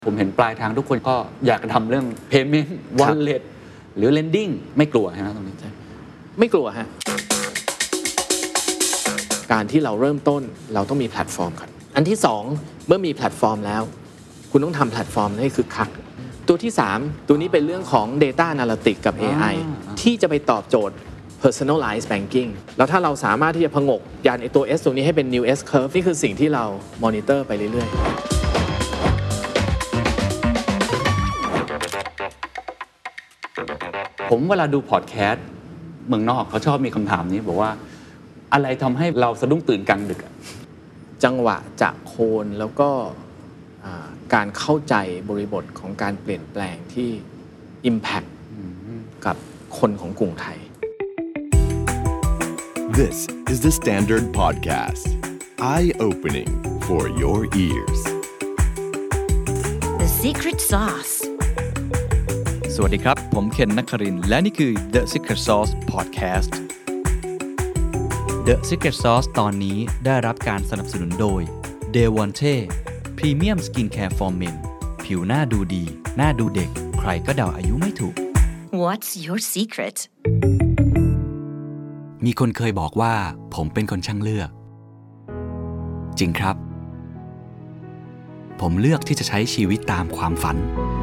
ผมเห็นปลายทางทุกคนก็อยากทำเรื่อง payment wallet หรือ lending ไม่กลัวใช่ไหมตรงนี้ไม่กลัวฮะการที่เราเริ่มต้นเราต้องมีแพลตฟอร์มก่อนอันที่2เมื่อมีแพลตฟอร์มแล้วคุณต้องทำแพลตฟอร์มให้คึกคักตัวที่3ตัวนี้เป็นเรื่องของ Data Analytics กับ AI ที่จะไปตอบโจทย์ Personalized Banking แล้วถ้าเราสามารถที่จะผงกยันไอตัว S ตรงนี้ให้เป็น New S Curve นี่คือสิ่งที่เรามอนิเตอร์ไปเรื่อยๆผมเวลาดูพอดแคสต์เมืองนอกเขาชอบมีคำถามนี้บอกว่าอะไรทำให้เราสะดุ้งตื่นกลางดึกจังหวะจะโคนแล้วก็การเข้าใจบริบทของการเปลี่ยนแปลงที่ impact กับคนของกรุงไทย This is the Standard Podcast Eye-opening for your ears The Secret Sauce สวัสดีครับผมเคนนครินทร์และนี่คือ The Secret Sauce Podcast The Secret Sauce ตอนนี้ได้รับการสนับสนุนโดย Devonte Premium Skincare for Men ผิวหน้าดูดีหน้าดูเด็กใครก็เดาอายุไม่ถูก What's your secret มีคนเคยบอกว่าผมเป็นคนช่างเลือกจริงครับผมเลือกที่จะใช้ชีวิตตามความฝัน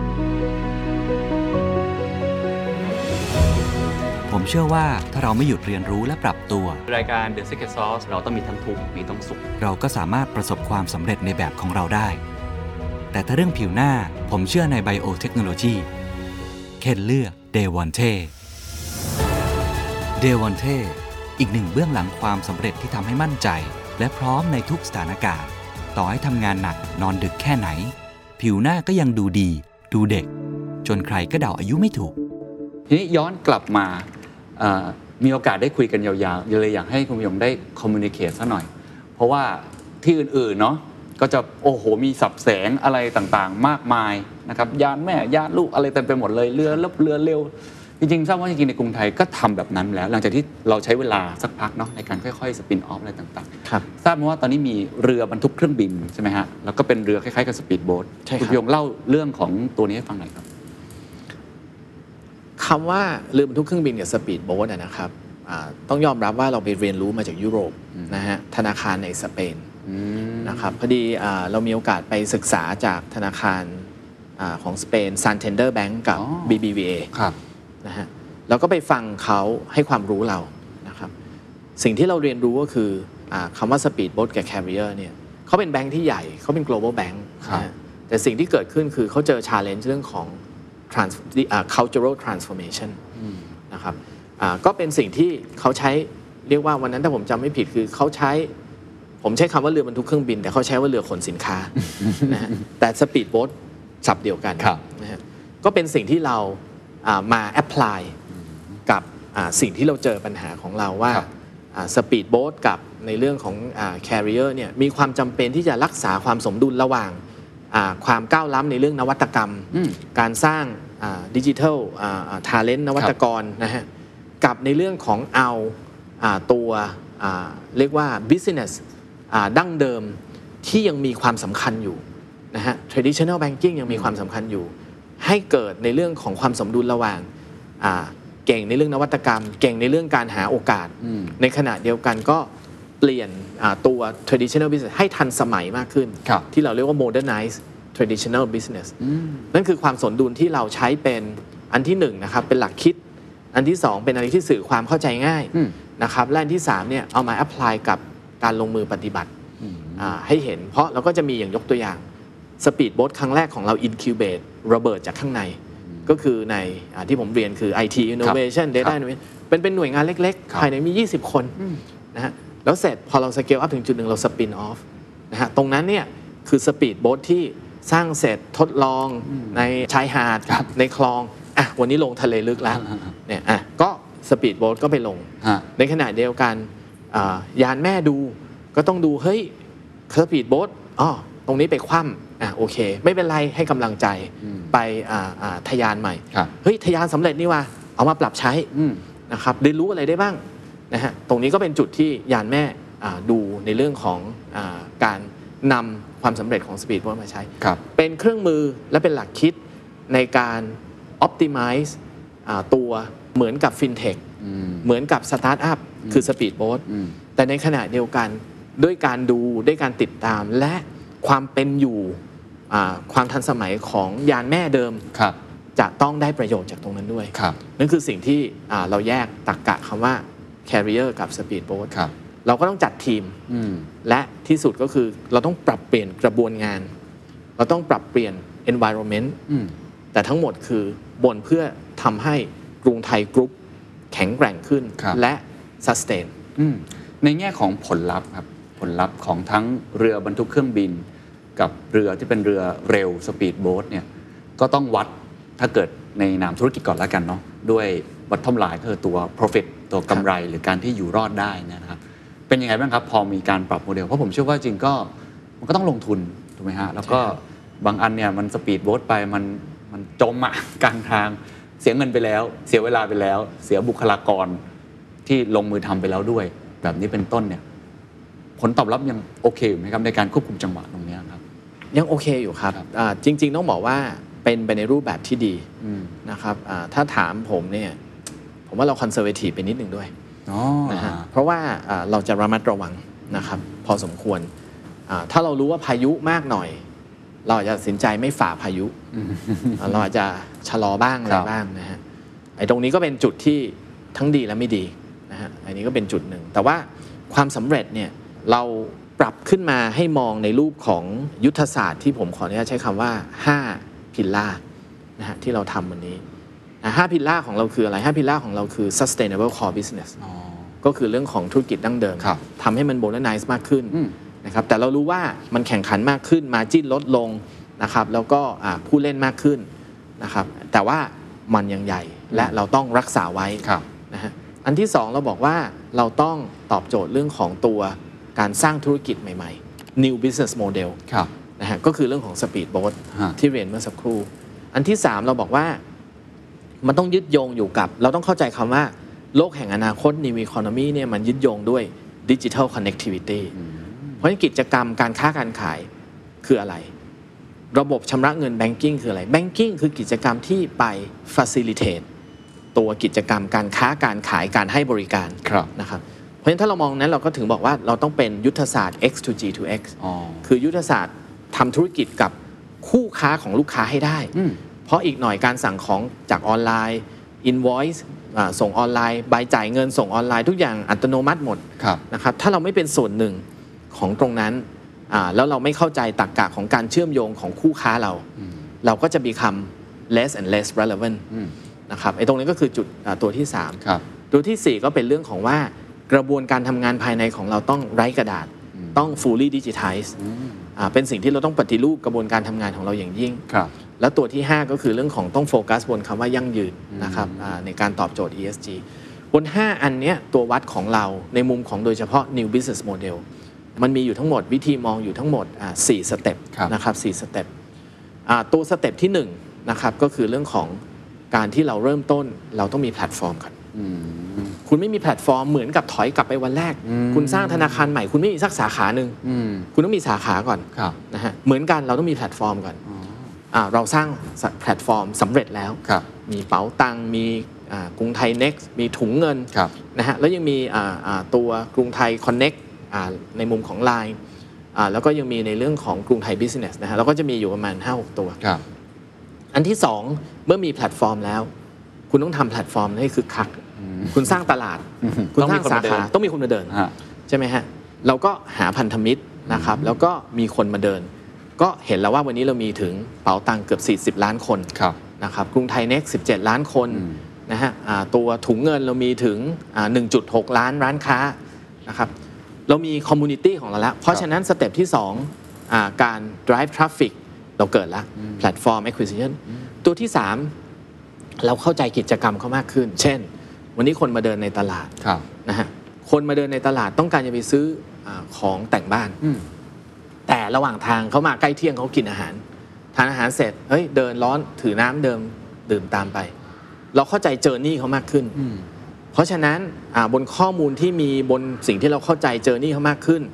ผมเชื่อว่าถ้าเราไม่หยุดเรียนรู้และปรับตัวรายการ The Secret Sauce เราต้องมีทั้งทุกข์มีทั้งสุขเราก็สามารถประสบความสำเร็จในแบบของเราได้แต่ถ้าเรื่องผิวหน้าผมเชื่อในไบโอเทคโนโลยีเคนเลือก Devonte Devonte อีกหนึ่งเบื้องหลังความสำเร็จที่ทำให้มั่นใจและพร้อมในทุกสถานการณ์ต่อให้ทำงานหนักนอนดึกแค่ไหนผิวหน้าก็ยังดูดีดูเด็กจนใครก็เดาอายุไม่ถูกทีนี้ย้อนกลับมามีโอกาสได้คุยกันยาวๆเลยอยากให้คุณผู้ชมได้คอมมูนิเคตซะหน่อยเพราะว่าที่อื่นๆเนาะก็จะโอ้โหมีสับแสงอะไรต่างๆมากมายนะครับยานแม่ยานลูกอะไรเต็มไปหมดเลยเรือลบเรือเร็วจริงๆทราบว่าจริงๆในกรุงไทยก็ทำแบบนั้นแล้วหลังจากที่เราใช้เวลาสักพักเนาะในการค่อยๆสปินออฟอะไรต่างๆทราบว่าตอนนี้มีเรือบรรทุกเครื่องบินใช่ไหมฮะแล้วก็เป็นเรือคล้ายๆกับสปีดโบ๊ทคุณผู้ชมเล่าเรื่องของตัวนี้ให้ฟังหน่อยครับคำว่าเรือบรรทุกเครื่องบินกับสปีดโบ๊ทนะครับต้องยอมรับว่าเราไปเรียนรู้มาจากยุโรปนะฮะธนาคารในสเปนนะครับพอดีเรามีโอกาสไปศึกษาจากธนาคารของสเปน Santander Bank กับ BBVA นะฮะแล้วก็ไปฟังเขาให้ความรู้เรานะครับสิ่งที่เราเรียนรู้ก็คือคำว่าสปีดโบ๊ทกับแคริเออร์เนี่ยเขาเป็นแบงค์ที่ใหญ่เขาเป็น global bank นะแต่สิ่งที่เกิดขึ้นคือเขาเจอ challenge เรื่องของcultural transformation นะครับก็เป็นสิ่งที่เขาใช้เรียกว่าวันนั้นถ้าผมจำไม่ผิดคือเขาใช้ผมใช้คำว่าเรือบรรทุกเครื่องบินแต่เขาใช้ว่าเรือขนสินค้า นะฮะแต่สปีดโบ๊ทศัพท์เดียวกันนะฮะก็เป็นสิ่งที่เรามาแอพพลายกับสิ่งที่เราเจอปัญหาของเราว่าสปีดโบ๊ทกับในเรื่องของแคริเออร์เนี่ยมีความจำเป็นที่จะรักษาความสมดุลระหว่างความก้าวล้ำในเรื่องนวัตกรรมการสร้างดิจิทัลทาเลนต์นวัตกรนะฮะกับในเรื่องของเอาตัวเรียกว่า business ดั้งเดิมที่ยังมีความสำคัญอยู่นะฮะ traditional banking ยังมีความสำคัญอยู่ให้เกิดในเรื่องของความสมดุลระหว่างเก่งในเรื่องนวัตกรรมเก่งในเรื่องการหาโอกาสในขณะเดียวกันก็เปลี่ยนตัว traditional business ให้ทันสมัยมากขึ้นที่เราเรียกว่า modernize traditional business นั่นคือความสมดุลที่เราใช้เป็นอันที่1นะครับเป็นหลักคิดอันที่2เป็นอะไรที่สื่อความเข้าใจง่ายนะครับและอันที่3เนี่ยเอามา apply กับการลงมือปฏิบัติให้เห็นเพราะเราก็จะมีอย่างยกตัวอย่างสปีดโบ๊ทครั้งแรกของเรา incubate ระเบิดจากข้างในก็คือในที่ผมเรียนคือ IT innovation data innovation เป็นหน่วยงานเล็กๆภายในมี20คนนะฮะแล้วเสร็จพอเราสเกลอัพถึงจุดหนึ่งเราสปินออฟนะฮะตรงนั้นเนี่ยคือสปีดโบ๊ทที่สร้างเสร็จทดลองในชายหาดในคลองวันนี้ลงทะเลลึกแล้วเนี่ยก็สปีดโบ๊ทก็ไปลงในขณะเดียวกันยานแม่ดูก็ต้องดูเฮ้ยสปีดโบ๊ทตรงนี้ไปคว่ำโอเคไม่เป็นไรให้กำลังใจไปทะยานใหม่เฮ้ยทะยานสำเร็จนี่ว่าเอามาปรับใช้นะครับเรียนรู้อะไรได้บ้างนะฮะตรงนี้ก็เป็นจุดที่ยานแม่ดูในเรื่องของการนำความสำเร็จของ Speed Boat มาใช้ครับเป็นเครื่องมือและเป็นหลักคิดในการ optimize ตัวเหมือนกับ FinTech เหมือนกับ Startup คือ Speed Boat แต่ในขณะเดียวกันด้วยการดูด้วยการติดตามและความเป็นอยู่ความทันสมัยของยานแม่เดิมจะต้องได้ประโยชน์จากตรงนั้นด้วยนั่นคือสิ่งที่เราแยกตรรกะคำว่า Carrier กับ Speed Boat เราก็ต้องจัดทีมและที่สุดก็คือเราต้องปรับเปลี่ยนกระบวนงานเราต้องปรับเปลี่ยน environment แต่ทั้งหมดคือบนเพื่อทำให้กรุงไทยกรุ๊ปแข็งแกร่งขึ้นและ sustain ในแง่ของผลลัพธ์ครับผลลัพธ์ของทั้งเรือบรรทุกเครื่องบินกับเรือที่เป็นเรือเร็วสปีดโบ๊ทเนี่ยก็ต้องวัดถ้าเกิดในนามธุรกิจก่อนแล้วกันเนาะด้วย bottom line คือตัว profit ตัวกำไรหรือการที่อยู่รอดได้นะครับเป็นยังไงบ้างครับพอมีการปรับโมเดลเพราะผมเชื่อว่าจริงก็มันก็ต้องลงทุนถูกไหมฮะแล้วก็บางอันเนี่ยมันสปีดโบ๊ทไปมันจมอ่ะกลางทางเสียเงินไปแล้วเสียเวลาไปแล้วเสียบุคลากรที่ลงมือทำไปแล้วด้วยแบบนี้เป็นต้นเนี่ยผลตอบรับยังโอเคอยู่ไหมครับในการควบคุมจังหวะตรงนี้ครับยังโอเคอยู่ครับจริงๆต้องบอกว่าเป็นไปในรูปแบบที่ดีนะครับถ้าถามผมเนี่ยผมว่าเราคอนเซอร์เวทีฟไปนิดนึงด้วยนะฮะเพราะว่าเราจะระมัดระวังนะครับพอสมควรถ้าเรารู้ว่าพายุมากหน่อยเราอาจจะตัดสินใจไม่ฝ่าพายุเราอาจจะชะลอบ้างอะไรบ้างนะฮะไอ้ตรงนี้ก็เป็นจุดที่ทั้งดีและไม่ดีนะฮะอันนี้ก็เป็นจุดหนึ่งแต่ว่าความสำเร็จเนี่ยเราปรับขึ้นมาให้มองในรูปของยุทธศาสตร์ที่ผมขออนุญาตใช้คำว่า5พิลล่านะฮะที่เราทำวันนี้5พิลล่าของเราคืออะไร5พิลล่าของเราคือ sustainable core business ก็คือเรื่องของธุรกิจดั้งเดิมทำให้มัน modernize มากขึ้นนะครับแต่เรารู้ว่ามันแข่งขันมากขึ้น margin ลดลงนะครับแล้วก็ผู้เล่นมากขึ้นนะครับแต่ว่ามันยังใหญ่และเราต้องรักษาไว้นะฮะอันที่2เราบอกว่าเราต้องตอบโจทย์เรื่องของตัวการสร้างธุรกิจใหม่ๆ new business model นะฮะก็คือเรื่องของ speed boat ที่เรียนเมื่อสักครู่อันที่3เราบอกว่ามันต้องยึดโยงอยู่กับเราต้องเข้าใจคำว่าโลกแห่งอนาคต new economy เนี่ยมันยึดโยงด้วย digital connectivity เพราะกิจกรรมการค้าการขายคืออะไรระบบชำระเงิน banking คืออะไร banking คือกิจกรรมที่ไป facilitate ตัวกิจกรรมการค้าการขายการให้บริการนะครับเพราะฉะนั้นถ้าเรามองนั้นเราก็ถึงบอกว่าเราต้องเป็นยุทธศาสตร์ X to G to X คือยุทธศาสตร์ทำธุรกิจกับคู่ค้าของลูกค้าให้ได้เพราะอีกหน่อยการสั่งของจากออนไลน์ invoice ส่งออนไลน์ใบจ่ายเงินส่งออนไลน์ทุกอย่างอัตโนมัติหมดนะครับถ้าเราไม่เป็นส่วนหนึ่งของตรงนั้นแล้วเราไม่เข้าใจตรรกะของการเชื่อมโยงของคู่ค้าเราก็จะ become less and less relevant นะครับไอ้ตรงนี้ก็คือจุดตัวที่3ตัวที่4ก็เป็นเรื่องของว่ากระบวนการทำงานภายในของเราต้องไร้กระดาษต้อง fully digitize เป็นสิ่งที่เราต้องปฏิรูปกระบวนการทำงานของเราอย่างยิ่งและตัวที่5ก็คือเรื่องของต้องโฟกัสบนคำว่ายั่งยืนนะครับในการตอบโจทย์ ESG บน5อันเนี้ยตัววัดของเราในมุมของโดยเฉพาะ new business model มันมีอยู่ทั้งหมดวิธีมองอยู่ทั้งหมด4สเต็ปนะครับ4สเต็ปตัวสเต็ปที่1นะครับก็คือเรื่องของการที่เราเริ่มต้นเราต้องมีแพลตฟอร์มก่อนคุณไม่มีแพลตฟอร์มเหมือนกับถอยกลับไปวันแรกคุณสร้างธนาคารใหม่คุณไม่มีสักสาขาหนึ่งคุณต้องมีสาขาก่อนนะฮะเหมือนกันเราต้องมีแพลตฟอร์มก่อนเราสร้างแพลตฟอร์มสำเร็จแล้วมีเป๋าตังค์มีกรุงไทย Next มีถุงเงินนะฮะแล้วยังมีตัวกรุงไทย Connect ในมุมของ LINE แล้วก็ยังมีในเรื่องของกรุงไทย Business นะฮะแล้วก็จะมีอยู่ประมาณ 5-6 ตัวอันที่2เมื่อมีแพลตฟอร์มแล้วคุณต้องทำแพลตฟอร์มให้คึกคักคุณสร้างตลาดคุณสร้างสาขาต้องมีคนมาเดินใช่ไหมฮะเราก็หาพันธมิตรนะครับแล้วก็มีคนมาเดินก็เห็นแล้วว่าวันนี้เรามีถึงเป๋าตังค์เกือบ40ล้านคนนะครับกรุงไทย Next 17ล้านคนนะฮะตัวถุงเงินเรามีถึง 1.6 ล้านร้านค้านะครับเรามีคอมมูนิตี้ของเราแล้วเพราะฉะนั้นสเต็ปที่2การ drive traffic เราเกิดแล้ว platform acquisition ตัวที่3เราเข้าใจกิจกรรมเขามากขึ้นเช่นวันนี้คนมาเดินในตลาดนะฮะคนมาเดินในตลาดต้องการจะไปซื้อของแต่งบ้านแต่ระหว่างทางเขามาใกล้เที่ยงเขากินอาหารทานอาหารเสร็จเฮ้ยเดินร้อนถือน้ำเดิมดื่มตามไปเราเข้าใจเจอร์นี่เขามากขึ้นเพราะฉะนั้นบนข้อมูลที่มีบนสิ่งที่เราเข้าใจเจอร์นี่เขามากขึ้น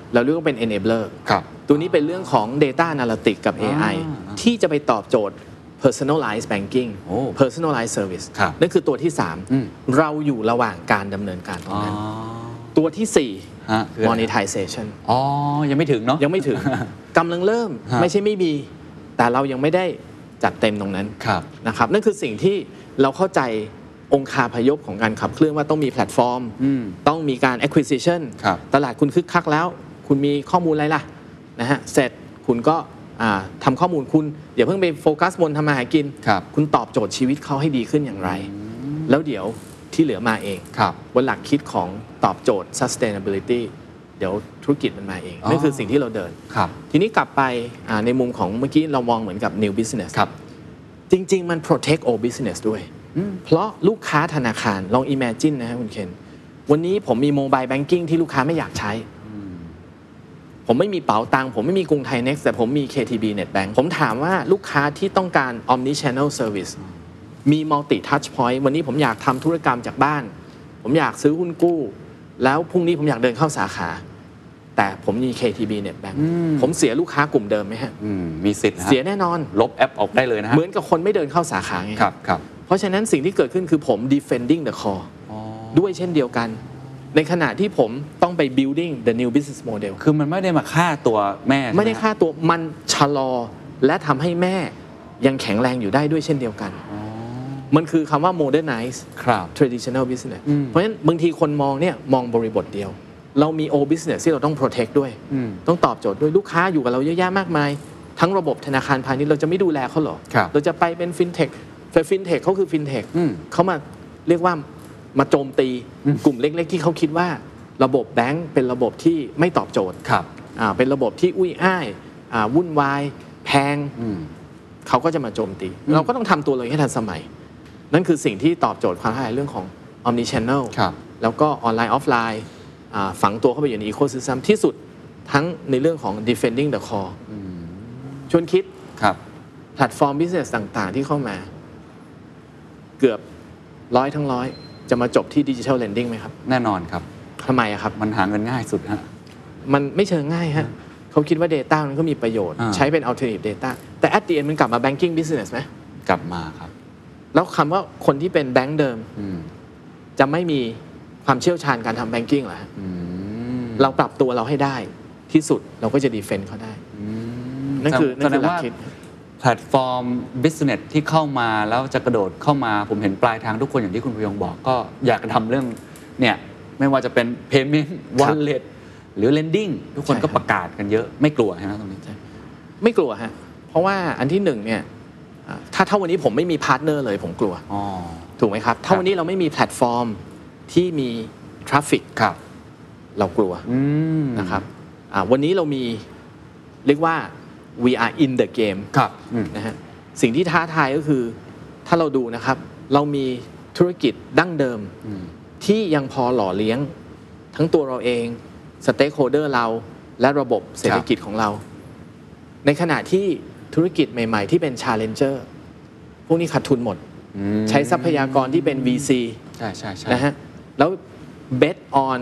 เราเรียกว่าเป็น enabler ครับตัวนี้เป็นเรื่องของ data analytics กับ AI ที่จะไปตอบโจทย์ personalized banking โอ้ personalized service ครับนั่นคือตัวที่อืม 3 เราอยู่ระหว่างการดำเนินการตรงนั้นอ๋อตัวที่ฮะคือ 4 อะไร monetization อ๋อยังไม่ถึงเนาะยังไม่ถึง กำลังเริ่มฮะไม่ใช่ไม่มี แต่เรายังไม่ได้จัดเต็มตรงนั้นครับนะครับนั่นคือสิ่งที่เราเข้าใจองคาพยพของการขับเคลื่อนว่าต้องมีแพลตฟอร์ม ต้องมีการ acquisition ครับตลาดคุณคึกคักแล้ว คุณมีข้อมูลอะไรล่ะนะฮะเสร็จคุณก็ทำข้อมูลคุณอย่าเพิ่งไปโฟกัสบนทำมาหากินครับคุณตอบโจทย์ชีวิตเขาให้ดีขึ้นอย่างไร แล้วเดี๋ยวที่เหลือมาเองครับบนหลักคิดของตอบโจทย์ sustainability เดี๋ยวธุรกิจมันมาเองอ๋อนั่นคือสิ่งที่เราเดินครับทีนี้กลับไปในมุมของเมื่อกี้เรามองเหมือนกับ new business ครับจริง ๆ มัน protect old business ด้วย เพราะลูกค้าธนาคารลอง imagine นะฮะคุณเคนวันนี้ผมมี mobile banking ที่ลูกค้าไม่อยากใช้ ผมไม่มีเป๋าตังค์ผมไม่มีกรุงไทย Next แต่ผมมี KTB Netbank ผมถามว่าลูกค้าที่ต้องการ omni channel service มี multi touch point วันนี้ผมอยากทำธุรกรรมจากบ้าน ผมอยากซื้อหุ้นกู้ แล้วพรุ่งนี้ผมอยากเดินเข้าสาขา แต่ผมมี KTB Netbank ผมเสียลูกค้ากลุ่มเดิมไหมฮะมีสิทธิ์นะฮะเสียแน่นอนลบแอปออกได้เลยนะฮะเหมือนกับคนไม่เดินเข้าสาขาไงครับครับเพราะฉะนั้นสิ่งที่เกิดขึ้นคือผม defending the core ด้วยเช่นเดียวกัน ในขณะที่ผมต้องไป building the new business model คือมันไม่ได้มาฆ่าตัวแม่ไม่ได้ใช่หค่าตัวมันชะลอและทำให้แม่ยังแข็งแรงอยู่ได้ด้วยเช่นเดียวกัน มันคือคำว่า modernize ครับ traditional business เพราะฉะนั้นบางทีคนมองเนี่ยมองบริบทเดียว เรามี old business ที่เราต้อง protect ด้วย ต้องตอบโจทย์ด้วยลูกค้าอยู่กับเราเยอะแยะมากมาย ทั้งระบบธนาคารพาณิชย์เราจะไม่ดูแลเขาหรอครับเราจะไปเป็น fintech แต่ fintech เขาคือ fintech เขามาเรียกว่ามาโจมตีกลุ่มเล็กๆ ที่เขาคิดว่าระบบแบงก์เป็นระบบที่ไม่ตอบโจทย์ครับเป็นระบบที่อุ้ยอ้ายวุ่นวายแพงเขาก็จะมาโจมตี เราก็ต้องทำตัวเราให้ทันสมัย นั่นคือสิ่งที่ตอบโจทย์ความท้าทายเรื่องของ omni channel ครับแล้วก็ออนไลน์ออฟไลน์ฝังตัวเข้าไปอยู่ใน ecosystem ที่สุดทั้งในเรื่องของ defending the core ชวนคิดครับแพลตฟอร์ม business ต่างๆ ที่เข้ามา เกือบ100 ทั้ง 100 จะมาจบที่ digital lending ไหมครับแน่นอนครับทำไมอะครับมันหาเงินง่ายสุดฮะมันไม่เชิงง่ายฮะเขาคิดว่า Data มันก็มีประโยชน์อ่าใช้เป็น alternative data แต่ at the end มันกลับมา banking business ไหมกลับมาครับแล้วคำว่าคนที่เป็นแบงก์เดิม จะไม่มีความเชี่ยวชาญการทำ banking เหรอฮะเราปรับตัวเราให้ได้ที่สุดเราก็จะ defend เขาได้ นั่นคือแสดงหลักว่าคิดแพลตฟอร์ม business ที่เข้ามาแล้วจะกระโดดเข้ามาผมเห็นปลายทางทุกคนอย่างที่คุณพยงบอกก็อยากจะทำเรื่องเนี่ยไม่ว่าจะเป็น payment wallet หรือ lending ทุกคนใช่ก็ครับประกาศกันเยอะไม่กลัวใช่ไหมตรงนี้ไม่กลัวฮะเพราะว่าอันที่หนึ่งเนี่ยถ้าวันนี้ผมไม่มีพาร์ทเนอร์เลยผมกลัวอ๋อถูกไหมครับ ถ้าวันนี้เราไม่มีแพลตฟอร์มที่มีทราฟฟิกครับเรากลัวนะครับวันนี้เรามีเรียกว่า we are in the game ครับนะฮะสิ่งที่ท้าทายก็คือถ้าเราดูนะครับเรามีธุรกิจดั้งเดิมที่ยังพอหล่อเลี้ยงทั้งตัวเราเองสเต็กโฮเดอร์เราและระบบเศรษฐกิจของเรา ในขณะที่ธุรกิจใหม่ๆที่เป็น challenger พวกนี้ขาดทุนหมด ใช้ทรัพยากรที่เป็น VC ใช่ใช่ใช่นะฮะแล้ว bet on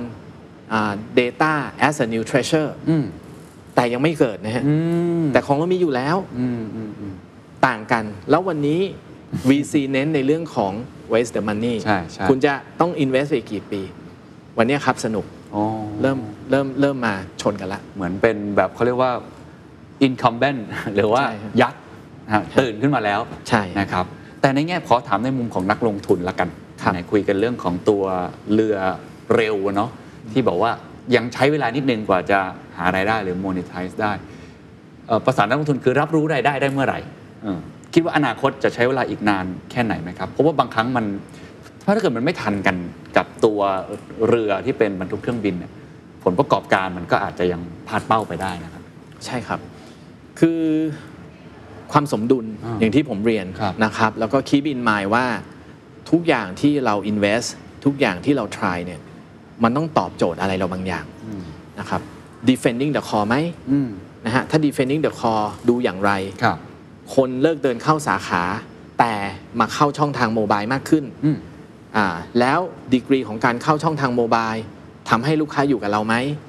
data as a new treasure แต่ยังไม่เกิดนะฮะแต่ของเรามีอยู่แล้วต่างกัน แล้ววันนี้ VC เน้นในเรื่องของ waste the money ใช่ใช่คุณจะต้อง invest ไปกี่ปี วันนี้ครับสนุกอ๋อเริ่มมาชนกันละเหมือนเป็นแบบเขาเรียกว่า incumbent หรือว่าใช่ครับยักษ์นะฮะตื่นขึ้นมาแล้วใช่นะครับแต่ในแง่ขอถามในมุมของนักลงทุนละกันครับไหนคุยกันเรื่องของตัวเรือเร็วเนาะที่บอกว่ายังใช้เวลานิดนึงกว่าจะหารายได้หรือ monetize ได้ภาษานักลงทุนคือรับรู้รายได้ได้เมื่อไหร่คิดว่าอนาคตจะใช้เวลาอีกนานแค่ไหนไหมครับเพราะว่าบางครั้งมันถ้าเกิดมันไม่ทันกันกับตัวเรือที่เป็นบรรทุกเครื่องบินเนี่ยผลประกอบการมันก็อาจจะยังพลาดเป้าไปได้นะครับใช่ครับ คือความสมดุลอย่างที่ผมเรียนครับนะครับ แล้วก็ keep in mind ว่าทุกอย่างที่เรา invest ทุกอย่างที่เรา try เนี่ย มันต้องตอบโจทย์อะไรเราบางอย่างนะครับ defending the core ไหมนะฮะ ถ้า defending the core ดูอย่างไรครับคนเลิกเดินเข้าสาขา แต่มาเข้าช่องทางโมบายมากขึ้น แล้วดีกรีของการเข้าช่องทางโมบายทำให้ลูกค้าอยู่กับเราไหม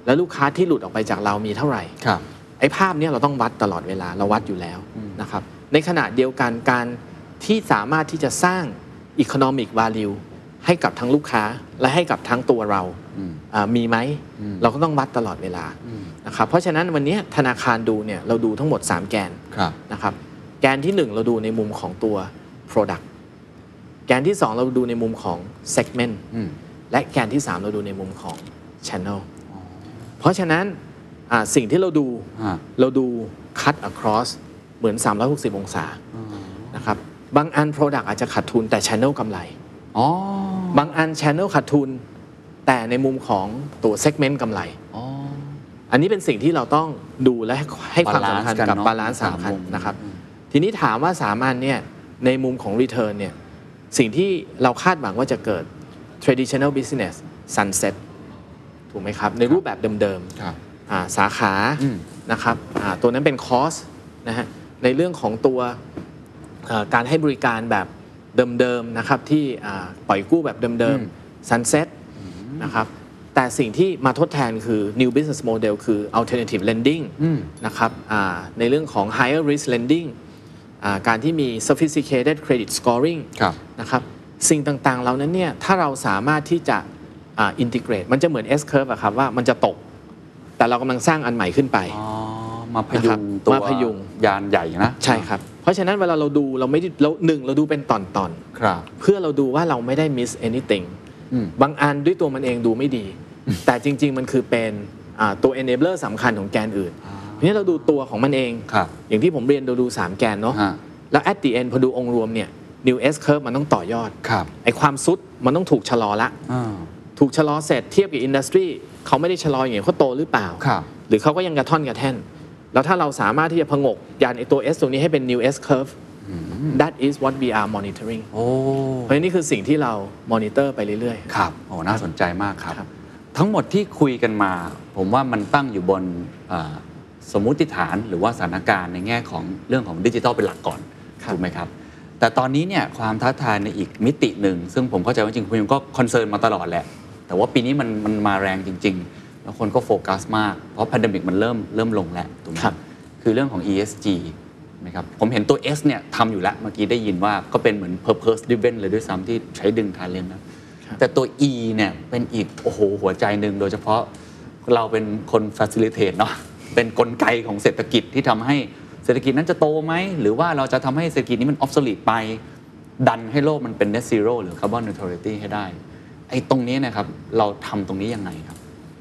แล้วลูกค้าที่หลุดออกไปจากเรามีเท่าไหร่ครับไอ้ภาพนี้เราต้องวัดตลอดเวลาเราวัดอยู่แล้วนะครับในขณะเดียวกันการที่สามารถที่จะสร้าง economic value ให้กับทั้งลูกค้าและให้กับทั้งตัวเรามีไหมเราก็ต้องวัดตลอดเวลานะครับเพราะฉะนั้นวันนี้ธนาคารดูเนี่ยเราดูทั้งหมด3แกนนะครับแกนที่1เราดูในมุมของตัว product แกนที่2เราดูในมุมของ segment และแกนที่3เราดูในมุมของ channel เพราะฉะนั้นสิ่งที่เราดู cut across เหมือน360องศานะครับบางอัน product อาจจะขาดทุนแต่ channel กำไรบางอัน channel ขาดทุนแต่ในมุมของตัว segment กำไรอันนี้เป็นสิ่งที่เราต้องดูและให้ความสำคัญกับบาลานซ์สำคัญนะครับทีนี้ถามว่า3อันเนี่ยในมุมของ return เนี่ยสิ่งที่เราคาดหวังว่าจะเกิด traditional business sunset ถูกไหมครับในรูปแบบเดิมๆสาขานะครับตัวนั้นเป็น cost นะฮะในเรื่องของตัวการให้บริการแบบเดิมๆนะครับที่ปล่อยกู้แบบเดิมๆ sunset นะครับแต่สิ่งที่มาทดแทนคือ new business model คือ alternative lending นะครับในเรื่องของ higher risk lending การที่มี sophisticated credit scoring นะครับสิ่งต่างๆเหล่านั้นเนี่ยถ้าเราสามารถที่จะintegrate มันจะเหมือน S curve อะครับว่ามันจะตกแต่เรากำลังสร้างอันใหม่ขึ้นไปมาพยุงตัวยานใหญ่นะใช่ครับเพราะฉะนั้นเวลาเราดูเราไม่ได้เราดูเป็นตอนๆเพื่อเราดูว่าเราไม่ได้ miss anything บางอันด้วยตัวมันเองดูไม่ดีแต่จริงๆมันคือเป็นตัว enabler สำคัญของแกนอื่นเพราะฉะนั้นเราดูตัวของมันเองอย่างที่ผมเรียนเราดู3แกนเนาะแล้ว at the end พอดูองค์รวมเนี่ย new S curve มันต้องต่อยอดไอ้ความซุดมันต้องถูกชะลอละถูกชะลอเสร็จเทียบกับ industry เขาไม่ได้ชะลออย่างนี้เขาโตหรือเปล่าหรือเขาก็ยังกระท่อนกระแท่นแล้วถ้าเราสามารถที่จะผงกยานไอ้ตัว S ตรงนี้ให้เป็น new S curve that is what we are monitoring เพราะฉะนั้นนี่คือสิ่งที่เรา monitor ไปเรื่อยๆครับโอ้น่าสนใจมากครับทั้งหมดที่คุยกันมาผมว่ามันตั้งอยู่บนสมมุติฐานหรือว่าสถานการณ์ในแง่ของเรื่องของดิจิทัลเป็นหลักก่อนถูกไหมครับแต่ตอนนี้เนี่ยความท้าทายในอีกมิติหนึ่งซึ่งผมเข้าใจว่าจริงคุณก็คอนเซิร์นมาตลอดแหละแต่ว่าปีนี้มันมาแรงจริงๆแล้วคนก็โฟกัสมากเพราะแพนเดมิกมันเริ่มลงแล้วถูกไหมครับคือเรื่องของ ESG นะครับผมเห็นตัว S เนี่ยทำอยู่แล้วเมื่อกี้ได้ยินว่าก็เป็นเหมือน purpose driven เลยด้วยซ้ำที่ใช้ดึงทาเลนต์นะแต่ตัว E เนี่ยเป็นอีกหัวใจหนึ่งโดยเฉพาะเราเป็นคน facilitate เนาะเป็นกลไกของเศรษฐกิจที่ทำให้เศรษฐกิจนั้นจะโตไหมหรือว่าเราจะทำให้เศรษฐกิจนี้มัน obsolete ไปดันให้โลกมันเป็น net zero หรือ carbon neutrality ให้ได้ไอ้ตรงนี้นะครับเราทำตรงนี้ยังไงครับ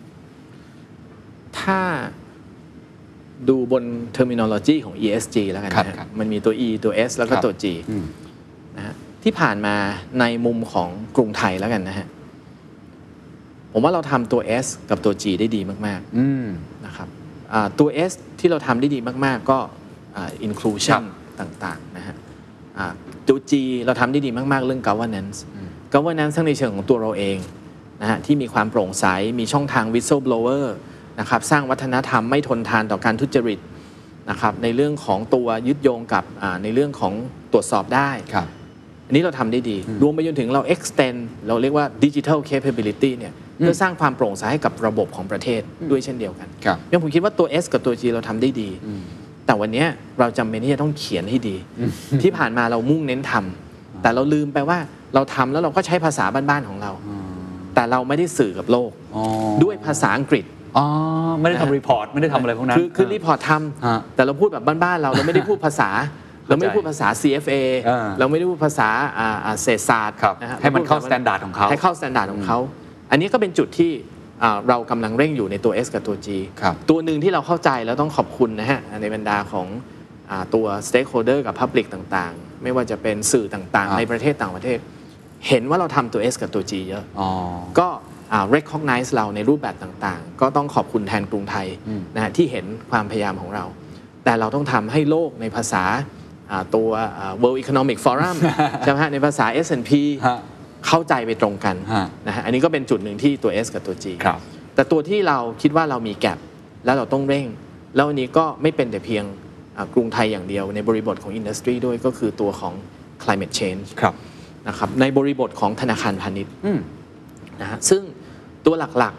ถ้าดูบน terminology ของ ESG แล้วกันนะมันมีตัว E ตัว S แล้วก็ตัว G นะฮะที่ผ่านมาในมุมของกรุงไทยแล้วกันนะฮะผมว่าเราทำตัว S กับตัว G ได้ดีมากๆนะครับตัว S ที่เราทำได้ดีมากๆก็ inclusion ต่างๆนะฮะตัว G เราทำได้ดีมากๆเรื่อง governance ทั้งในเชิงของตัวเราเองนะฮะที่มีความโปร่งใสมีช่องทาง whistleblower นะครับสร้างวัฒนธรรมไม่ทนทานต่อการทุจริตนะครับในเรื่องของตัวยึดโยงกับในเรื่องของตรวจสอบได้อันนี้เราทำได้ดีรวมไปจนถึงเรา extend เราเรียกว่า digital capability เนี่ยเพื่อสร้างความโปร่งใสให้กับระบบของประเทศด้วยเช่นเดียวกันยังผมคิดว่าตัว S กับตัว G เราทำได้ดีแต่วันนี้เราจำเป็นที่จะต้องเขียนให้ดีที่ผ่านมาเรามุ่งเน้นทำแต่เราลืมไปว่าเราทำแล้วเราก็ใช้ภาษาบ้านๆของเราแต่เราไม่ได้สื่อกับโลกด้วยภาษาอังกฤษไม่ได้ทำรีพอร์ตไม่ได้ทำอะไรพวกนั้นคือรีพอร์ตทำแต่เราพูดแบบบ้านๆเราไม่ได้พูดภาษาเราไม่พูดภาษา CFA เราไม่ได้พูดภาษาเศรษฐศาสตร์ให้มันเข้ามาตรฐานของเขาให้เข้ามาตรฐานของเขาอันนี้ก็เป็นจุดที่เรากำลังเร่งอยู่ในตัว S กับตัว G ตัวหนึ่งที่เราเข้าใจแล้วต้องขอบคุณนะฮะในบรรดาของตัว stakeholder กับ public ต่างๆไม่ว่าจะเป็นสื่อต่างๆในประเทศต่างประเทศเห็นว่าเราทำตัว S กับตัว G เยอะก็recognize เราในรูปแบบต่างๆก็ต้องขอบคุณแทนกรุงไทยนะฮะที่เห็นความพยายามของเราแต่เราต้องทำให้โลกในภาษาตัว World Economic Forum ใช่ไหมฮะในภาษา S&P เข้าใจไปตรงกันนะฮะอันนี้ก็เป็นจุดหนึ่งที่ตัว S กับตัว G แต่ตัวที่เราคิดว่าเรามีแกปแล้วเราต้องเร่งแล้วอันนี้ก็ไม่เป็นแต่เพียงกรุงไทยอย่างเดียวในบริบทของอินดัสทรีด้วยก็คือตัวของ climate change นะครับในบริบทของธนาคารพาณิชย์นะฮะซึ่งตัวหลักๆ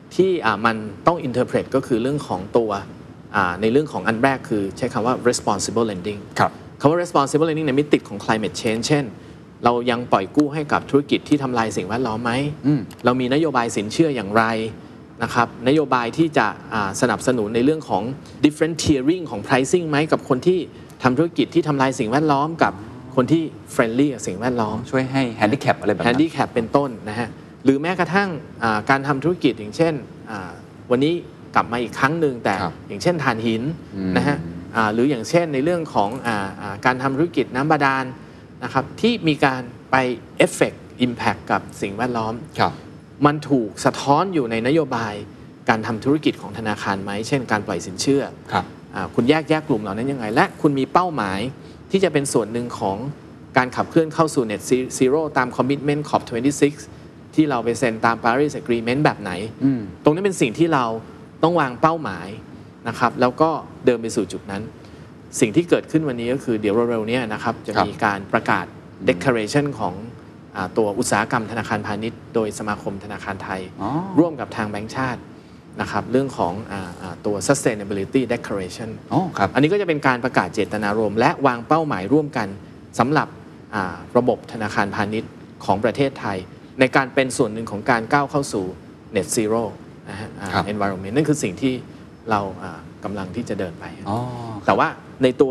ที่มันต้อง interpret ก็คือเรื่องของตัวในเรื่องของอันแรกคือใช้คำว่า responsible lending ครับคำว่า responsible lending ในมิติของ climate change เช่นเรายังปล่อยกู้ให้กับธุรกิจที่ทำลายสิ่งแวดล้อมไหมเรามีนโยบายสินเชื่ออย่างไรนะครับนโยบายที่จะสนับสนุนในเรื่องของ different tiering ของ pricing ไหมกับคนที่ทำธุรกิจที่ทำลายสิ่งแวดล้อมกับคนที่ friendly กับสิ่งแวดล้อมช่วยให้ handicap อะไรแบบนั้น handicap เป็นต้นนะฮะหรือแม้กระทั่งการทำธุรกิจอย่างเช่นวันนี้กลับมาอีกครั้งหนึ่งแต่อย่างเช่นถ่านหินนะฮะหรืออย่างเช่นในเรื่องของการทำธุรกิจน้ำบาดาลนะครับที่มีการไป effect impact กับสิ่งแวดล้อมมันถูกสะท้อนอยู่ในนโยบายการทำธุรกิจของธนาคารไหมเช่นการปล่อยสินเชื่อคุณแยกกลุ่มเหล่านั้นยังไงและคุณมีเป้าหมายที่จะเป็นส่วนหนึ่งของการขับเคลื่อนเข้าสู่ Net Zero ตาม Commitment COP26 ที่เราไปเซ็นตาม Paris Agreement แบบไหนตรงนี้เป็นสิ่งที่เราต้องวางเป้าหมายนะครับแล้วก็เดินไปสู่จุดนั้นสิ่งที่เกิดขึ้นวันนี้ก็คือเดี๋ยวเร็วๆนี้นะครับจะมีการประกาศ Declaration ของตัวอุตสาหกรรมธนาคารพาณิชย์โดยสมาคมธนาคารไทยร่วมกับทางแบงก์ชาตินะครับเรื่องของตัว Sustainability Declaration อันนี้ก็จะเป็นการประกาศเจตนารมณ์และวางเป้าหมายร่วมกันสำหรับระบบธนาคารพาณิชย์ของประเทศไทยในการเป็นส่วนหนึ่งของการก้าวเข้าสู่ Net Zero นะฮะ Environment นั่นคือสิ่งที่เรากำลังที่จะเดินไปแต่ว่าในตัว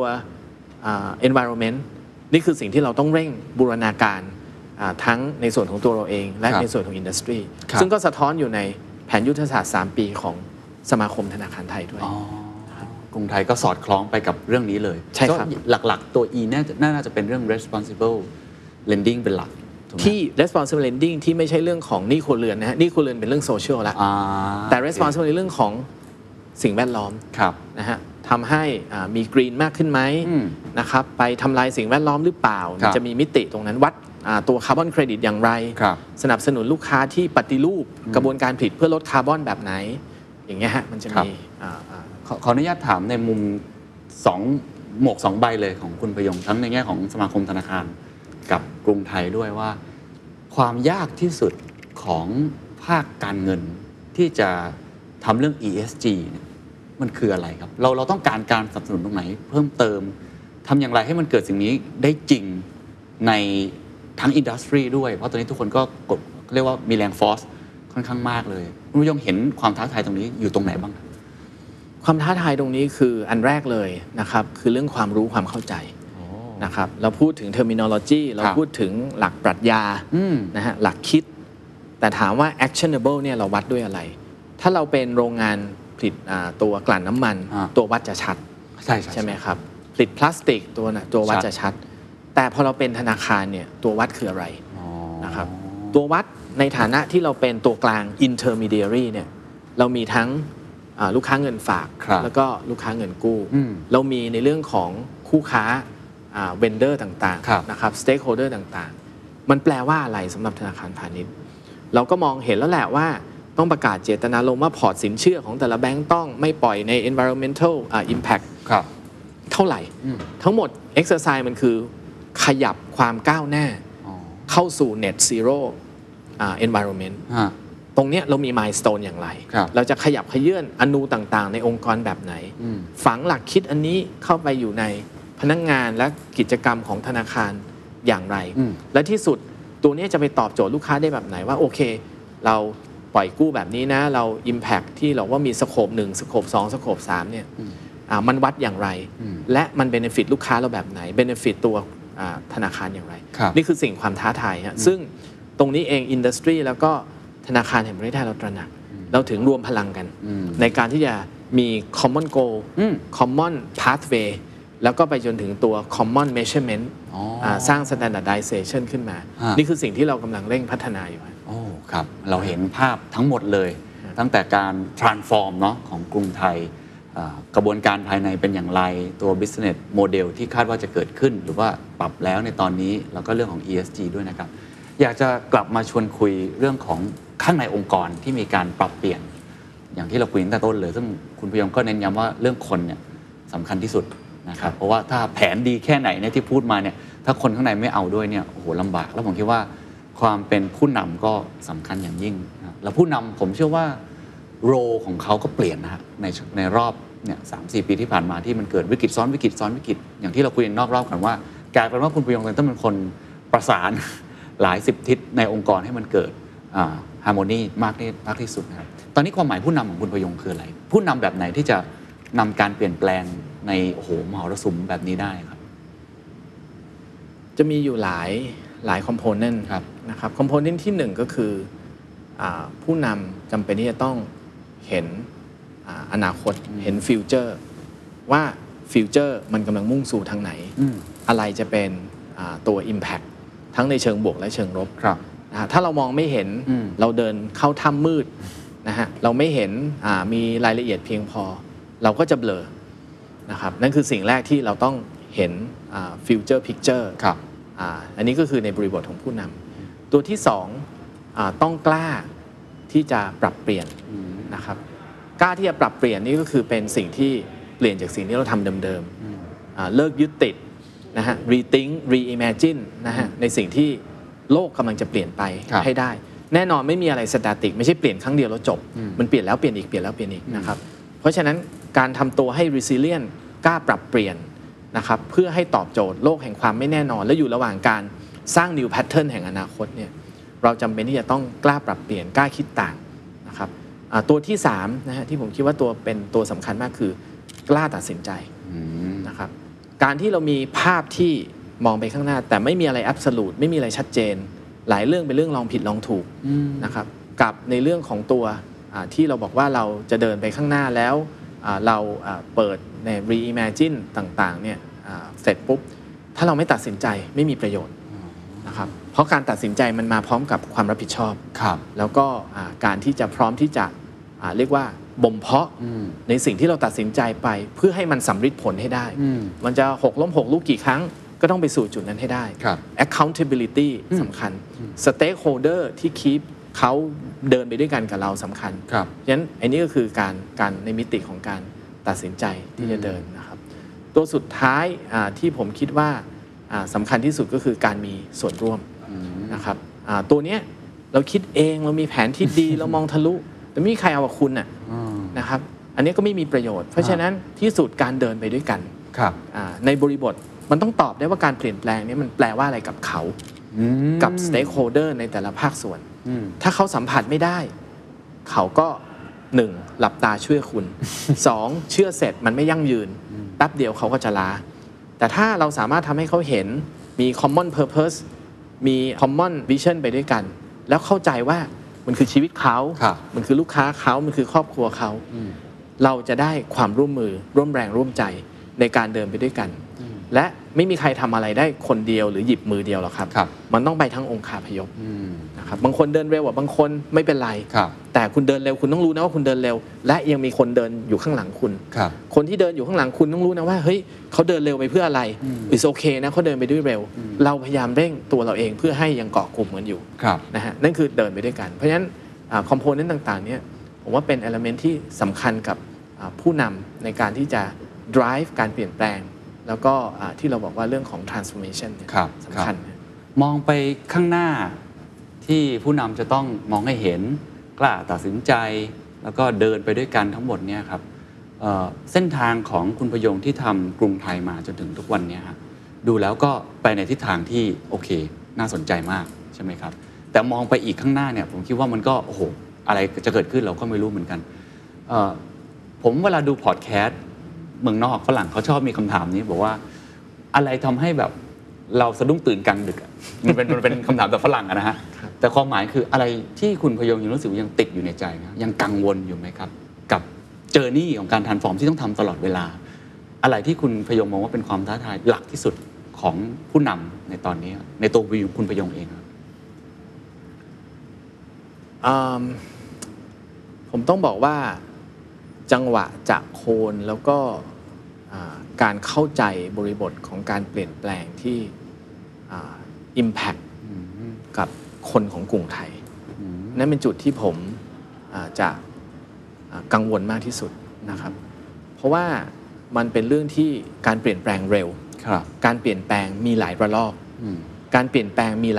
Environment นี่คือสิ่งที่เราต้องเร่งบูรณาการทั้งในส่วนของตัวเราเองและในส่วนของอินดัสทรีซึ่งก็สะท้อนอยู่ในแผนยุทธศาสตร์3ปีของสมาคมธนาคารไทยด้วยกรุงไทยก็สอดคล้องไปกับเรื่องนี้เลยใช่ครับหลักๆตัว E น่าจะเป็นเรื่อง responsible lending เป็นหลักที่ responsible lending ที่ไม่ใช่เรื่องของหนี้ครัวเรือนนะฮะหนี้ครัวเรือนเป็นเรื่องโซเชียลละแต่ responsible ในเรื่องของสิ่งแวดล้อมนะฮะทำให้มีกรีนมากขึ้นไหมนะครับไปทำลายสิ่งแวดล้อมหรือเปล่าจะมีมิติตรงนั้นวัดตัวคาร์บอนเครดิตอย่างไรสนับสนุนลูกค้าที่ปฏิรูปกระบวนการผลิตเพื่อลดคาร์บอนแบบไหนอย่างเงี้ยฮะมันจะมีขออนุญาตถามในมุมหมวก2ใบเลยของคุณประยงทั้งในแง่ของสมาคมธนาคารกับกรุงไทยด้วยว่าความยากที่สุดของภาคการเงินที่จะทำเรื่อง ESG เนี่ยมันคืออะไรครับเราต้องการสนับสนุนตรงไหนเพิ่มเติมทำอย่างไรให้มันเกิดสิ่งนี้ได้จริงในทั้งอินดัสทรีด้วยเพราะตอนนี้ทุกคนก็เรียกว่ามีแรงฟอร์สค่อนข้างมากเลยคุณผู้ชมเห็นความท้าทายตรงนี้อยู่ตรงไหนบ้างความท้าทายตรงนี้คืออันแรกเลยนะครับคือเรื่องความรู้ความเข้าใจนะครับเราพูดถึง terminology เราพูดถึงหลักปรัชญานะฮะหลักคิดแต่ถามว่า actionable เนี่ยเราวัดด้วยอะไรถ้าเราเป็นโรงงานผลิตตัวกลั่นน้ำมันตัววัดจะชัดใช่ไหมครับผลิตพลาสติกตัววัดจะชัดแต่พอเราเป็นธนาคารเนี่ยตัววัดคืออะไรนะครับตัววัดในฐานะที่เราเป็นตัวกลาง intermediary เนี่ยเรามีทั้งลูกค้าเงินฝากแล้วก็ลูกค้าเงินกู้เรามีในเรื่องของคู่ค้าเวนเดอร์ต่างๆนะครับสเต็กโฮเดอร์ต่างๆมันแปลว่าอะไรสำหรับธนาคารพาณิชย์เราก็มองเห็นแล้วแหละว่าต้องประกาศเจตนารมณ์ว่าพอร์ตสินเชื่อของแต่ละแบงก์ต้องไม่ปล่อยใน environmental impact เท่าไหร่ทั้งหมด exercise มันคือขยับความก้าวหน้าเข้าสู่ net zero environment ตรงนี้เรามี milestone อย่างไรเราจะขยับขยื่นอนูต่างๆในองค์กรแบบไหนฝังหลักคิดอันนี้เข้าไปอยู่ในพนักงานและกิจกรรมของธนาคารอย่างไรและที่สุดตัวนี้จะไปตอบโจทย์ลูกค้าได้แบบไหนว่าโอเคเราปล่อยกู้แบบนี้นะเรา impact ที่เราว่ามีสโคป1สโคป2สโคป3เนี่ยมันวัดอย่างไรและมัน benefit ลูกค้าเราแบบไหน benefit ตัวธนาคารอย่างไรนี่คือสิ่งความท้าทายฮะซึ่งตรงนี้เอง industry แล้วก็ธนาคารแห่งประเทศไทยเราตระหนักเราถึงรวมพลังกันในการที่จะมี common goal common pathway แล้วก็ไปจนถึงตัว common measurement สร้าง standardization ขึ้นมานี่คือสิ่งที่เรากำลังเร่งพัฒนาอยู่ครับเราเห็นภาพทั้งหมดเลยตั้งแต่การ transform เนาะของกรุงไทยกระบวนการภายในเป็นอย่างไรตัว business model ที่คาดว่าจะเกิดขึ้นหรือว่าปรับแล้วในตอนนี้แล้วก็เรื่องของ ESG ด้วยนะครับอยากจะกลับมาชวนคุยเรื่องของข้างในองค์กรที่มีการปรับเปลี่ยนอย่างที่เราคุยตั้งแต่ต้นเลยซึ่งคุณพยงก็เน้นย้ำว่าเรื่องคนเนี่ยสำคัญที่สุดนะครับเพราะว่าถ้าแผนดีแค่ไหนเนี่ยที่พูดมาเนี่ยถ้าคนข้างในไม่เอาด้วยเนี่ยโอ้โหลำบากแล้วผมคิดว่าความเป็นผู้นำก็สำคัญอย่างยิ่งแล้วผู้นำผมเชื่อว่าโรของเขาก็เปลี่ยนนะฮะในรอบเนี่ย3-4 ปีที่ผ่านมาที่มันเกิดวิกฤตซ้อนวิกฤตซ้อนวิกฤตอย่างที่เราคุยกันนอกรอบกันว่ากลายเป็นว่าคุณพยงต้องเป็นคนประสานหลาย10ทิศในองค์กรให้มันเกิดฮาร์โมนีมากที่สุดนะครับตอนนี้ความหมายผู้นำของคุณพยงคืออะไรผู้นำแบบไหนที่จะนำการเปลี่ยนแปลงในมหรสพแบบนี้ได้ครับจะมีอยู่หลายคอมโพเนนต์นะครับคอมโพเนนต์ที่1ก็คือผู้นำจำเป็นที่จะต้องเห็นอนาคตเห็นฟิวเจอร์ว่าฟิวเจอร์มันกำลังมุ่งสู่ทางไหนอะไรจะเป็นตัว Impact ทั้งในเชิงบวกและเชิงลบนะถ้าเรามองไม่เห็นเราเดินเข้าถ้ำมืดนะฮะเราไม่เห็นมีรายละเอียดเพียงพอเราก็จะเบลอนะครับนั่นคือสิ่งแรกที่เราต้องเห็นฟิวเจอร์พิกเจอร์อันนี้ก็คือในบริบทของผู้นำตัวที่2ต้องกล้าที่จะปรับเปลี่ยนนะครับกล้าที่จะปรับเปลี่ยนนี่ก็คือเป็นสิ่งที่เปลี่ยนจากสิ่งที่เราทำเดิมๆเลิกยึดติดนะฮะ rethink reimagine นะฮะในสิ่งที่โลกกำลังจะเปลี่ยนไปให้ได้แน่นอนไม่มีอะไรสแตติกไม่ใช่เปลี่ยนครั้งเดียวแล้วจบมันเปลี่ยนแล้วเปลี่ยนอีกเปลี่ยนแล้วเปลี่ยนอีกนะครับเพราะฉะนั้นการทำตัวให้ resilient กล้าปรับเปลี่ยนนะครับเพื่อให้ตอบโจทย์โลกแห่งความไม่แน่นอนและอยู่ระหว่างการสร้าง new pattern แห่งอนาคตเนี่ยเราจำเป็นที่จะต้องกล้าปรับเปลี่ยนกล้าคิดต่างนะครับตัวที่3นะฮะที่ผมคิดว่าเป็นตัวสำคัญมากคือกล้าตัดสินใจนะครับการที่เรามีภาพที่มองไปข้างหน้าแต่ไม่มีอะไร absolute ไม่มีอะไรชัดเจนหลายเรื่องเป็นเรื่องลองผิดลองถูกนะครับกับในเรื่องของตัวที่เราบอกว่าเราจะเดินไปข้างหน้าแล้วเราเปิดใน reimagine ต่างๆเนี่ยเสร็จปุ๊บถ้าเราไม่ตัดสินใจไม่มีประโยชน์นะครับเพราะการตัดสินใจมันมาพร้อมกับความรับผิดชอบแล้วก็การที่จะพร้อมที่จะเรียกว่าบ่มเพาะในสิ่งที่เราตัดสินใจไปเพื่อให้มันสำฤทธิ์ผลให้ได้มันจะหกล้มหกลูกกี่ครั้งก็ต้องไปสู่จุดนั้นให้ได้ accountability สำคัญ stakeholder ที่ keep เขาเดินไปด้วยกันกับเราสำคัญฉะนั้นอันนี้ก็คือการในมิติของการตัดสินใจที่จะเดินนะครับตัวสุดท้ายที่ผมคิดว่าสำคัญที่สุดก็คือการมีส่วนร่วมนะครับตัวนี้เราคิดเองเรามีแผนที่ดี เรามองทะลุแต่ไม่มีใครเอากับคุณนะครับอันนี้ก็ไม่มีประโยชน์เพราะฉะนั้นที่สุดการเดินไปด้วยกันในบริบทมันต้องตอบได้ว่าการเปลี่ยนแปลงนี้มันแปลว่าอะไรกับเขากับ stakeholder ในแต่ละภาคส่วนถ้าเขาสัมผัสไม่ได้เขาก็1หลับตาเชื่อคุณ2เชื่อเสร็จมันไม่ยั่งยืนแป๊บเดียวเขาก็จะล้าแต่ถ้าเราสามารถทำให้เขาเห็นมี common purpose มี common vision ไปด้วยกันแล้วเข้าใจว่ามันคือชีวิตเขามันคือลูกค้าเขามันคือครอบครัวเขาเราจะได้ความร่วมมือร่วมแรงร่วมใจในการเดินไปด้วยกันและไม่มีใครทำอะไรได้คนเดียวหรือหยิบมือเดียวหรอกครับมันต้องไปทั้งองค์คาพยพนะครับบางคนเดินเร็วกว่าบางคนไม่เป็นไรแต่คุณเดินเร็วคุณต้องรู้นะว่าคุณเดินเร็วและยังมีคนเดินอยู่ข้างหลังคุณคนที่เดินอยู่ข้างหลังคุณต้องรู้นะว่าเฮ้ยเขาเดินเร็วไปเพื่ออะไรit's okay นะเขาเดินไปด้วยเร็วเราพยายามเร่งตัวเราเองเพื่อให้ยังเกาะกลุ่มกันอยู่นะฮะนั่นคือเดินไปด้วยกันเพราะฉะนั้นคอมโพเนนต์ต่างๆเนี่ยผมว่าเป็นเอลิเมนต์ที่สำคัญกับผู้นำในการที่จะ drive การเปลี่ยนแปลงแล้วก็ที่เราบอกว่าเรื่องของ transformation เนี่ยสำคัญมองไปข้างหน้าที่ผู้นำจะต้องมองให้เห็นกล้าตัดสินใจแล้วก็เดินไปด้วยกันทั้งหมดเนี่ยครับเส้นทางของคุณพยงที่ทำกรุงไทยมาจนถึงทุกวันนี้ครับดูแล้วก็ไปในทิศทางที่โอเคน่าสนใจมากใช่ไหมครับแต่มองไปอีกข้างหน้าเนี่ยผมคิดว่ามันก็โอ้โหอะไรจะเกิดขึ้นเราก็ไม่รู้เหมือนกันผมเวลาดูพอดแคสต์เมืองนอกฝรั่งเขาชอบมีคำถามนี้บอกว่าอะไรทำให้แบบเราสะดุ้งตื่นกลางดึกมันเป็นคำถามแบบฝรั่งนะฮะแต่ความหมายคืออะไรที่คุณพยงยังรู้สึกยังติดอยู่ในใจนะยังกังวลอยู่ไหมครับกับเจอร์นี่ของการทรานส์ฟอร์มที่ต้องทำตลอดเวลาอะไรที่คุณพยงมองว่าเป็นความท้าทายหลักที่สุดของผู้นำในตอนนี้ในตัวคุณพยงเองผมต้องบอกว่าจังหวะจากโคนแล้วก็การเข้าใจบริบทของการเปลี่ยนแปลงที่impact กับคนของกรุงไทยนั่นเป็นจุดที่ผมจะกังวลมากที่สุดนะครับเพราะว่ามันเป็นเรื่องที่การเปลี่ยนแปลงเร็วการเปลี่ยนแปลงมีหลายระลอกการเปลี่ยนแปลงมีหลาย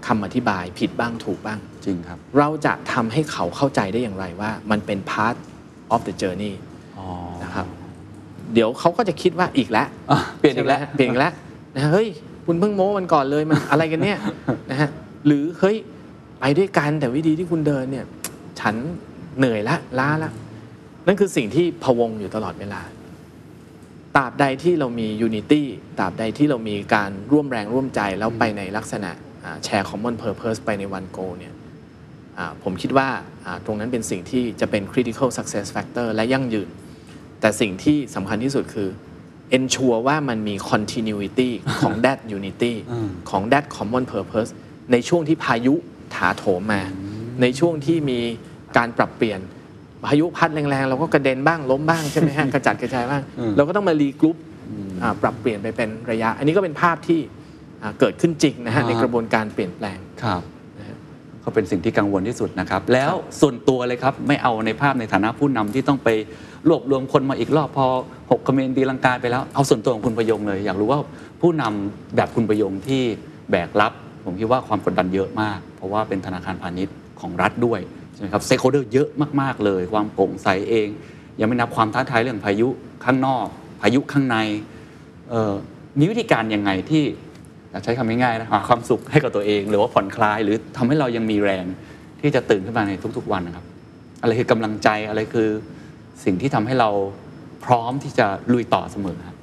คำอธิบายผิดบ้างถูกบ้างจริงครับเราจะทำให้เขาเข้าใจได้อย่างไรว่ามันเป็น part of the journey นะครับเดี๋ยวเขาก็จะคิดว่าอีกแล้วเปลี่ยนอีกแล้วนะเฮ้ยคุณเพิ่งโม้มันก่อนเลยมันอะไรกันเนี่ยนะฮะหรือเฮ้ยไปด้วยกันแต่วิธีที่คุณเดินเนี่ยฉันเหนื่อยละล้าละนั่นคือสิ่งที่พะวงอยู่ตลอดเวลาตราบใดที่เรามี unity ตราบใดที่เรามีการร่วมแรงร่วมใจแล้วไปในลักษณะแชร์ common purpose ไปใน one goal เนี่ยผมคิดว่าตรงนั้นเป็นสิ่งที่จะเป็น critical success factor และยั่งยืนแต่สิ่งที่สำคัญที่สุดคือ ensure ว่ามันมี continuity ของ that unity ของ that common purpose ในช่วงที่พายุถาโถมมาในช่วงที่มีการปรับเปลี่ยนพายุพัดแรงๆเราก็กระเด็นบ้างล้มบ้างใช่ไหมฮะ กระจัดกระจายบ้างเราก็ต้องมารีกรุ๊ปปรับเปลี่ยนไปเป็นระยะอันนี้ก็เป็นภาพที่เกิดขึ้นจริงนะฮะในกระบวนการเปลี่ยนแปลงครับก็เป็นสิ่งที่กังวลที่สุดนะครับแล้วส่วนตัวเลยครับไม่เอาในภาพในฐานะผู้นำที่ต้องไปรวบรวมคนมาอีกรอบพอ6คอมเมนต์ตีลังกาไปแล้วเอาส่วนตัวของคุณประยงเลยอยากรู้ว่าผู้นำแบบคุณประยงที่แบกรับผมคิดว่าความกดดันเยอะมากเพราะว่าเป็นธนาคารพาณิชย์ของรัฐด้วยใช่ไหมครับสเต็กโฮลเดอร์เยอะมากๆเลยความโปร่งใสเองยังไม่นับความท้าทายเรื่องพายุข้างนอกพายุข้างในมีวิธีการยังไงที่ใช้คำง่ายๆนะหาความสุขให้กับตัวเองหรือว่าผ่อนคลายหรือทำให้เรายังมีแรงที่จะตื่นขึ้นมาในทุกๆวันนะครับอะไรคือกำลังใจอะไรคือสิ่งที่ทำให้เราพร้อมที่จะลุยต่อเสมอครับ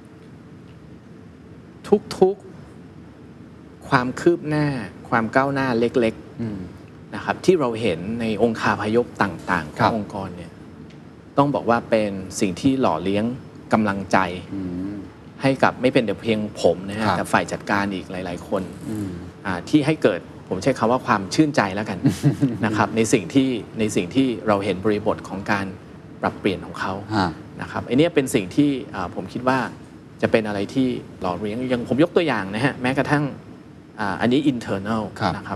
ทุกๆความคืบหน้าความก้าวหน้าเล็กๆนะครับที่เราเห็นในองค์คาพยพต่างๆขององค์กรเนี่ยต้องบอกว่าเป็นสิ่งที่หล่อเลี้ยงกำลังใจให้กับไม่เป็นแต่เพียงผมนะฮะแต่ฝ่ายจัดการอีกหลายๆคนที่ให้เกิดผมใช้คำว่าความชื่นใจแล้วกัน นะครับในสิ่งที่เราเห็นบริบทของการปรับเปลี่ยนของเขานะครับอันนี้เป็นสิ่งที่ผมคิดว่าจะเป็นอะไรที่หล่อเลี้ยงอย่างผมยกตัวอย่างนะฮะแม้กระทั่งอันนี้ internal นะครับ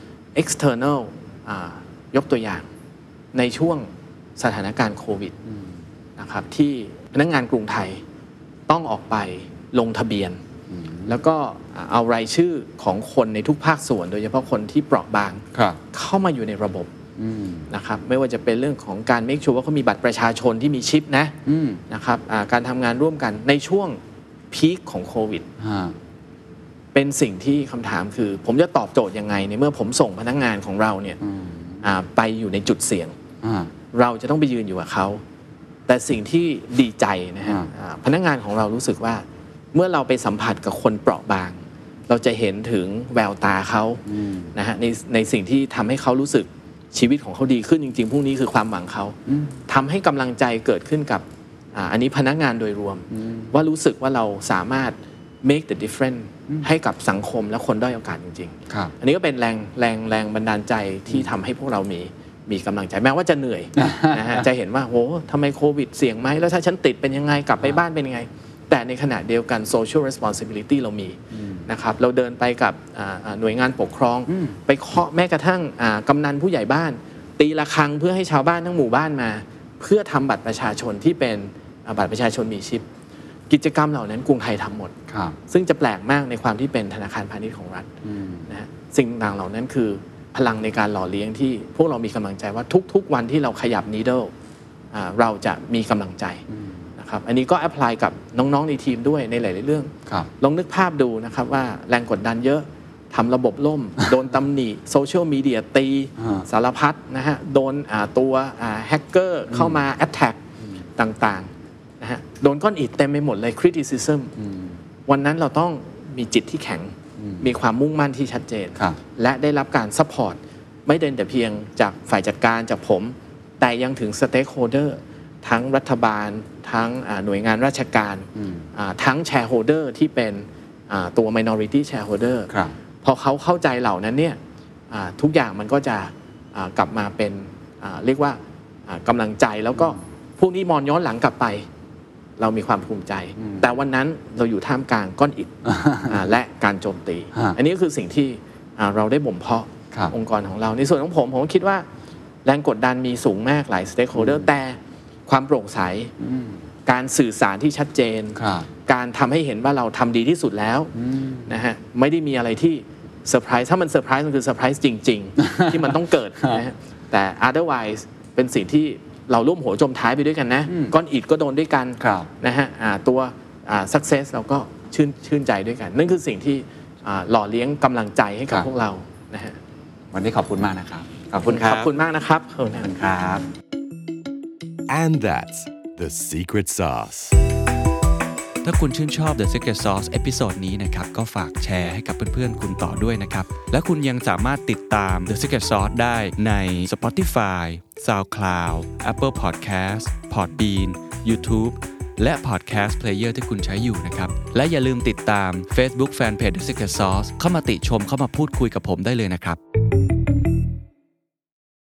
external ยกตัวอย่างในช่วงสถานการณ์โควิดนะครับที่พนักงานกรุงไทยต้องออกไปลงทะเบียนแล้วก็เอารายชื่อของคนในทุกภาคส่วนโดยเฉพาะคนที่เปราะบางเข้ามาอยู่ในระบบนะครับไม่ว่าจะเป็นเรื่องของการเมคชัวร์ว่าเขามีบัตรประชาชนที่มีชิปนะครับการทำงานร่วมกันในช่วงพีคของโควิดเป็นสิ่งที่คำถามคือผมจะตอบโจทย์ยังไงในเมื่อผมส่งพนักงานของเราเนี่ยไปอยู่ในจุดเสี่ยงเราจะต้องไปยืนอยู่กับเขาแต่สิ่งที่ดีใจนะฮะพนักงานของเรารู้สึกว่าเมื่อเราไปสัมผัสกับคนเปราะบางเราจะเห็นถึงแววตาเขานะฮะในสิ่งที่ทำให้เขารู้สึกชีวิตของเขาดีขึ้นจริงๆพวกนี้คือความหวังเขาทำให้กำลังใจเกิดขึ้นกับอันนี้พนักงานโดยรวมว่ารู้สึกว่าเราสามารถ make the difference ให้กับสังคมและคนด้อยโอกาสจริงๆอันนี้ก็เป็นแรงบันดาลใจที่ทำให้พวกเรามีกำลังใจแม้ว่าจะเหนื่อยนะฮะจะเห็นว่าโหทำไมโควิดเสี่ยงไหมแล้วถ้าฉันติดเป็นยังไงกลับไปบ้านเป็นยังไงแต่ในขณะเดียวกัน social responsibility เรามีนะครับเราเดินไปกับหน่วยงานปกครองไปเคาะแม้กระทั่งกำนันผู้ใหญ่บ้านตีระฆังเพื่อให้ชาวบ้านทั้งหมู่บ้านมาเพื่อทำบัตรประชาชนที่เป็นบัตรประชาชนมีชิปกิจกรรมเหล่านั้นกรุงไทยทำหมดซึ่งจะแปลกมากในความที่เป็นธนาคารพาณิชย์ของรัฐนะฮะสิ่งต่างเหล่านั้นคือพลังในการหล่อเลี้ยงที่พวกเรามีกำลังใจว่าทุกๆวันที่เราขยับ needle เราจะมีกำลังใจนะครับอันนี้ก็แอพพลายกับน้องๆในทีมด้วยในหลายๆเรื่องลองนึกภาพดูนะครับว่าแรงกดดันเยอะทำระบบล่ม โดนตำหนิโซเชียลมีเดียตีสารพัดนะฮะโดนตัวแฮกเกอร์เข้ามาแอตแทกต่างๆนะฮะโดนก้อนอิฐเต็มไปหมดเลย criticism วันนั้นเราต้องมีจิตที่แข็งมีความมุ่งมั่นที่ชัดเจนและได้รับการซัพพอร์ตไม่เดินแต่เพียงจากฝ่ายจัดการจากผมแต่ยังถึงสเต็กโฮลเดอร์ทั้งรัฐบาลทั้งหน่วยงานราชการทั้งแชร์โฮลเดอร์ที่เป็นตัว minority shareholder พอเขาเข้าใจเหล่านั้นเนี่ยทุกอย่างมันก็จะกลับมาเป็นเรียกว่ากำลังใจแล้วก็พวกนี้มองย้อนหลังกลับไปเรามีความภูมิใจแต่วันนั้นเราอยู่ท่ามกลางก้อนอิฐและการโจมตีอันนี้ก็คือสิ่งที่เราได้บ่มเพาะองค์กรของเราในส่วนของผมคิดว่าแรงกดดันมีสูงมากหลาย stakeholder แต่ความโปร่งใสการสื่อสารที่ชัดเจนการทำให้เห็นว่าเราทำดีที่สุดแล้วนะฮะไม่ได้มีอะไรที่เซอร์ไพรส์ถ้ามันเซอร์ไพรส์มันคือเซอร์ไพรส์จริงๆ ที่มันต้องเกิดนะฮะแต่ otherwise เป็นสิ่งที่เราร่วมหัวจมท้ายไปด้วยกันนะก้อนอิฐก็โดนด้วยกันนะฮะตัวsuccess เราก็ชื่นใจด้วยกันนั่นคือสิ่งที่หล่อเลี้ยงกำลังใจให้กับพวกเรานะฮะวันนี้ขอบคุณมากนะครับขอบคุณครับขอบคุณมากนะครับขอบคุณครับ And that's the secret sauce. ถ้าคุณชื่นชอบ The Secret Sauce เอพิโซดนี้นะครับก็ฝากแชร์ให้กับเพื่อนๆคุณต่อด้วยนะครับและคุณยังสามารถติดตาม The Secret Sauce ได้ใน Spotify, SoundCloud, Apple Podcast, Podbean, YouTube และ Podcast Player ที่คุณใช้อยู่นะครับและอย่าลืมติดตาม Facebook Fanpage The Secret Sauce เข้ามาติชมเข้ามาพูดคุยกับผมได้เลยนะครับ